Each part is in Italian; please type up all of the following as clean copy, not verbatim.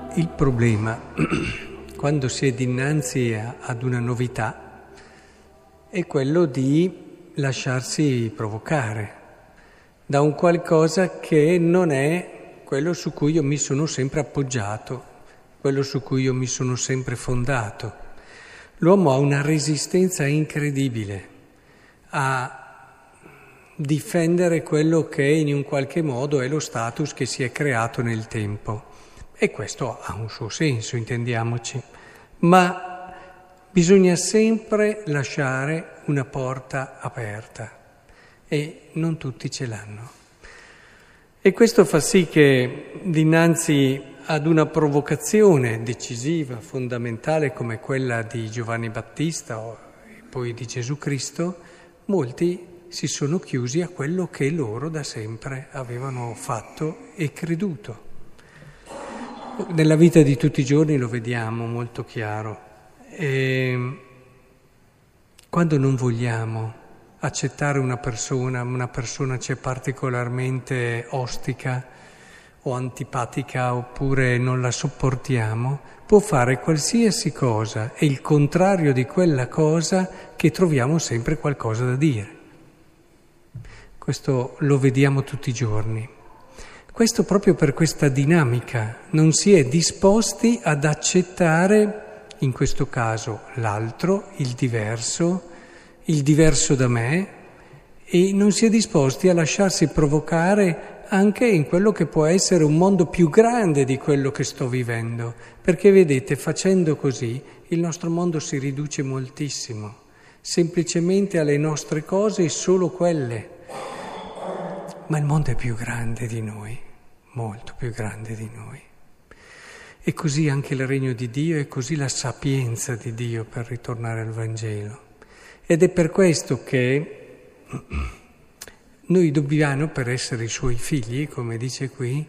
Il problema, quando si è dinanzi ad una novità, è quello di lasciarsi provocare da un qualcosa che non è quello su cui io mi sono sempre appoggiato, quello su cui io mi sono sempre fondato. L'uomo ha una resistenza incredibile a difendere quello che in un qualche modo è lo status che si è creato nel tempo. E questo ha un suo senso, intendiamoci, ma bisogna sempre lasciare una porta aperta e non tutti ce l'hanno. E questo fa sì che dinanzi ad una provocazione decisiva, fondamentale come quella di Giovanni Battista e poi di Gesù Cristo, molti si sono chiusi a quello che loro da sempre avevano fatto e creduto. Nella vita di tutti i giorni lo vediamo molto chiaro. Quando non vogliamo accettare una persona ci è particolarmente ostica o antipatica oppure non la sopportiamo, può fare qualsiasi cosa e il contrario di quella cosa che troviamo sempre qualcosa da dire. Questo lo vediamo tutti i giorni. Questo proprio per questa dinamica, non si è disposti ad accettare, in questo caso, l'altro, il diverso da me, e non si è disposti a lasciarsi provocare anche in quello che può essere un mondo più grande di quello che sto vivendo. Perché vedete, facendo così, il nostro mondo si riduce moltissimo, semplicemente alle nostre cose e solo quelle. Ma il mondo è più grande di noi. Molto più grande di noi. E così anche il regno di Dio, e così la sapienza di Dio, per ritornare al Vangelo. Ed è per questo che noi dobbiamo, per essere i suoi figli, come dice qui,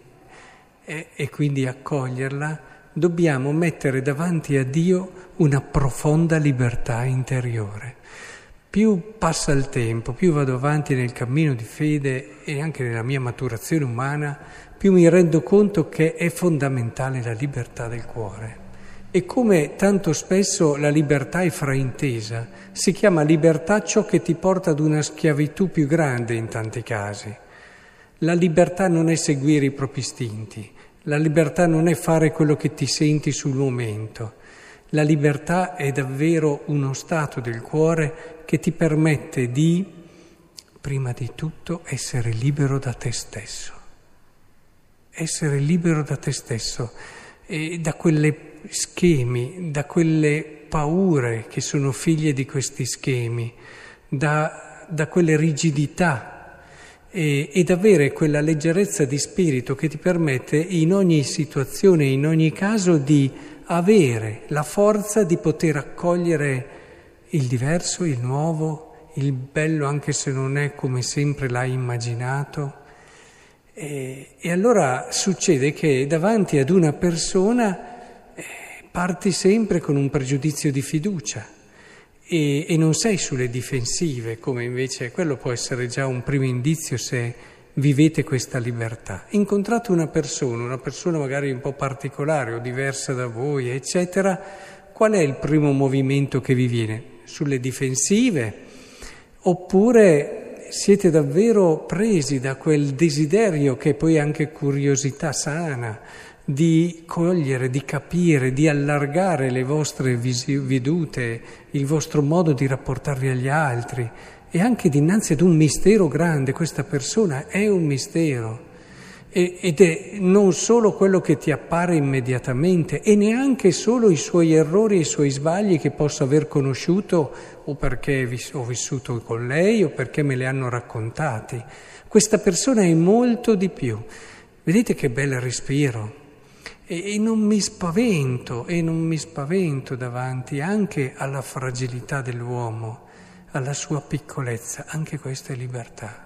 e quindi accoglierla, dobbiamo mettere davanti a Dio una profonda libertà interiore. Più passa il tempo, più vado avanti nel cammino di fede e anche nella mia maturazione umana, più mi rendo conto che è fondamentale la libertà del cuore. E come tanto spesso la libertà è fraintesa, si chiama libertà ciò che ti porta ad una schiavitù più grande in tanti casi. La libertà non è seguire i propri istinti, la libertà non è fare quello che ti senti sul momento. La libertà è davvero uno stato del cuore che ti permette di, prima di tutto, essere libero da te stesso. Essere libero da te stesso e da quelle schemi, da quelle paure che sono figlie di questi schemi, da quelle rigidità ed avere quella leggerezza di spirito che ti permette in ogni situazione, in ogni caso, di avere la forza di poter accogliere il diverso, il nuovo, il bello anche se non è come sempre l'hai immaginato. E allora succede che davanti ad una persona parti sempre con un pregiudizio di fiducia e non sei sulle difensive, come invece quello può essere già un primo indizio se vivete questa libertà. Incontrate una persona magari un po' particolare o diversa da voi, eccetera, qual è il primo movimento che vi viene? Sulle difensive? Oppure siete davvero presi da quel desiderio che è poi anche curiosità sana di cogliere, di capire, di allargare le vostre vedute, il vostro modo di rapportarvi agli altri e anche dinanzi ad un mistero grande. Questa persona è un mistero ed è non solo quello che ti appare immediatamente e neanche solo i suoi errori e i suoi sbagli che posso aver conosciuto o perché ho vissuto con lei o perché me li hanno raccontati. Questa persona è molto di più. Vedete che bel respiro? E non mi spavento davanti anche alla fragilità dell'uomo, alla sua piccolezza. Anche questa è libertà.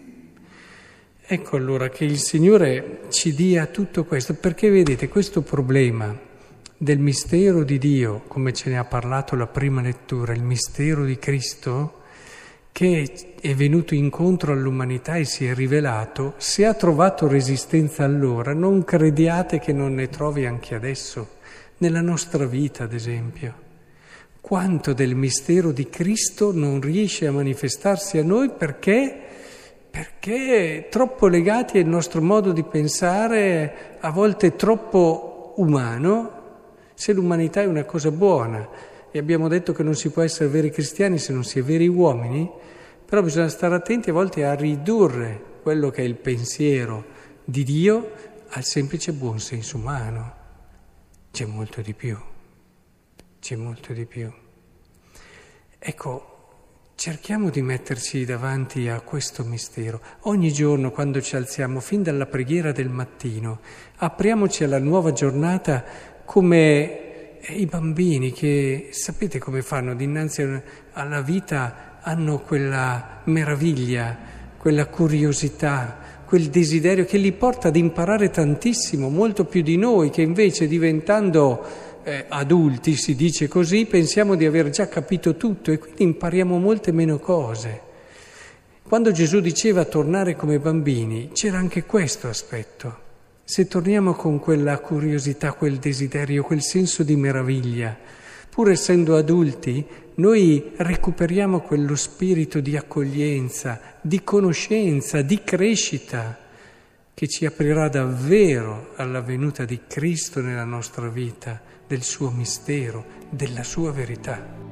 Ecco allora che il Signore ci dia tutto questo, perché vedete questo problema del mistero di Dio, come ce ne ha parlato la prima lettura, il mistero di Cristo, che è venuto incontro all'umanità e si è rivelato, se ha trovato resistenza allora, non crediate che non ne trovi anche adesso, nella nostra vita ad esempio. Quanto del mistero di Cristo non riesce a manifestarsi a noi perché troppo legati al nostro modo di pensare, a volte troppo umano, se l'umanità è una cosa buona. E abbiamo detto che non si può essere veri cristiani se non si è veri uomini, però bisogna stare attenti a volte a ridurre quello che è il pensiero di Dio al semplice buon senso umano. C'è molto di più, c'è molto di più. Ecco, cerchiamo di metterci davanti a questo mistero. Ogni giorno quando ci alziamo, fin dalla preghiera del mattino, apriamoci alla nuova giornata come i bambini che, sapete come fanno, dinanzi alla vita hanno quella meraviglia, quella curiosità, quel desiderio che li porta ad imparare tantissimo, molto più di noi, che invece diventando adulti, si dice così, pensiamo di aver già capito tutto e quindi impariamo molte meno cose. Quando Gesù diceva tornare come bambini, c'era anche questo aspetto. Se torniamo con quella curiosità, quel desiderio, quel senso di meraviglia, pur essendo adulti, noi recuperiamo quello spirito di accoglienza, di conoscenza, di crescita, che ci aprirà davvero alla venuta di Cristo nella nostra vita, del suo mistero, della sua verità.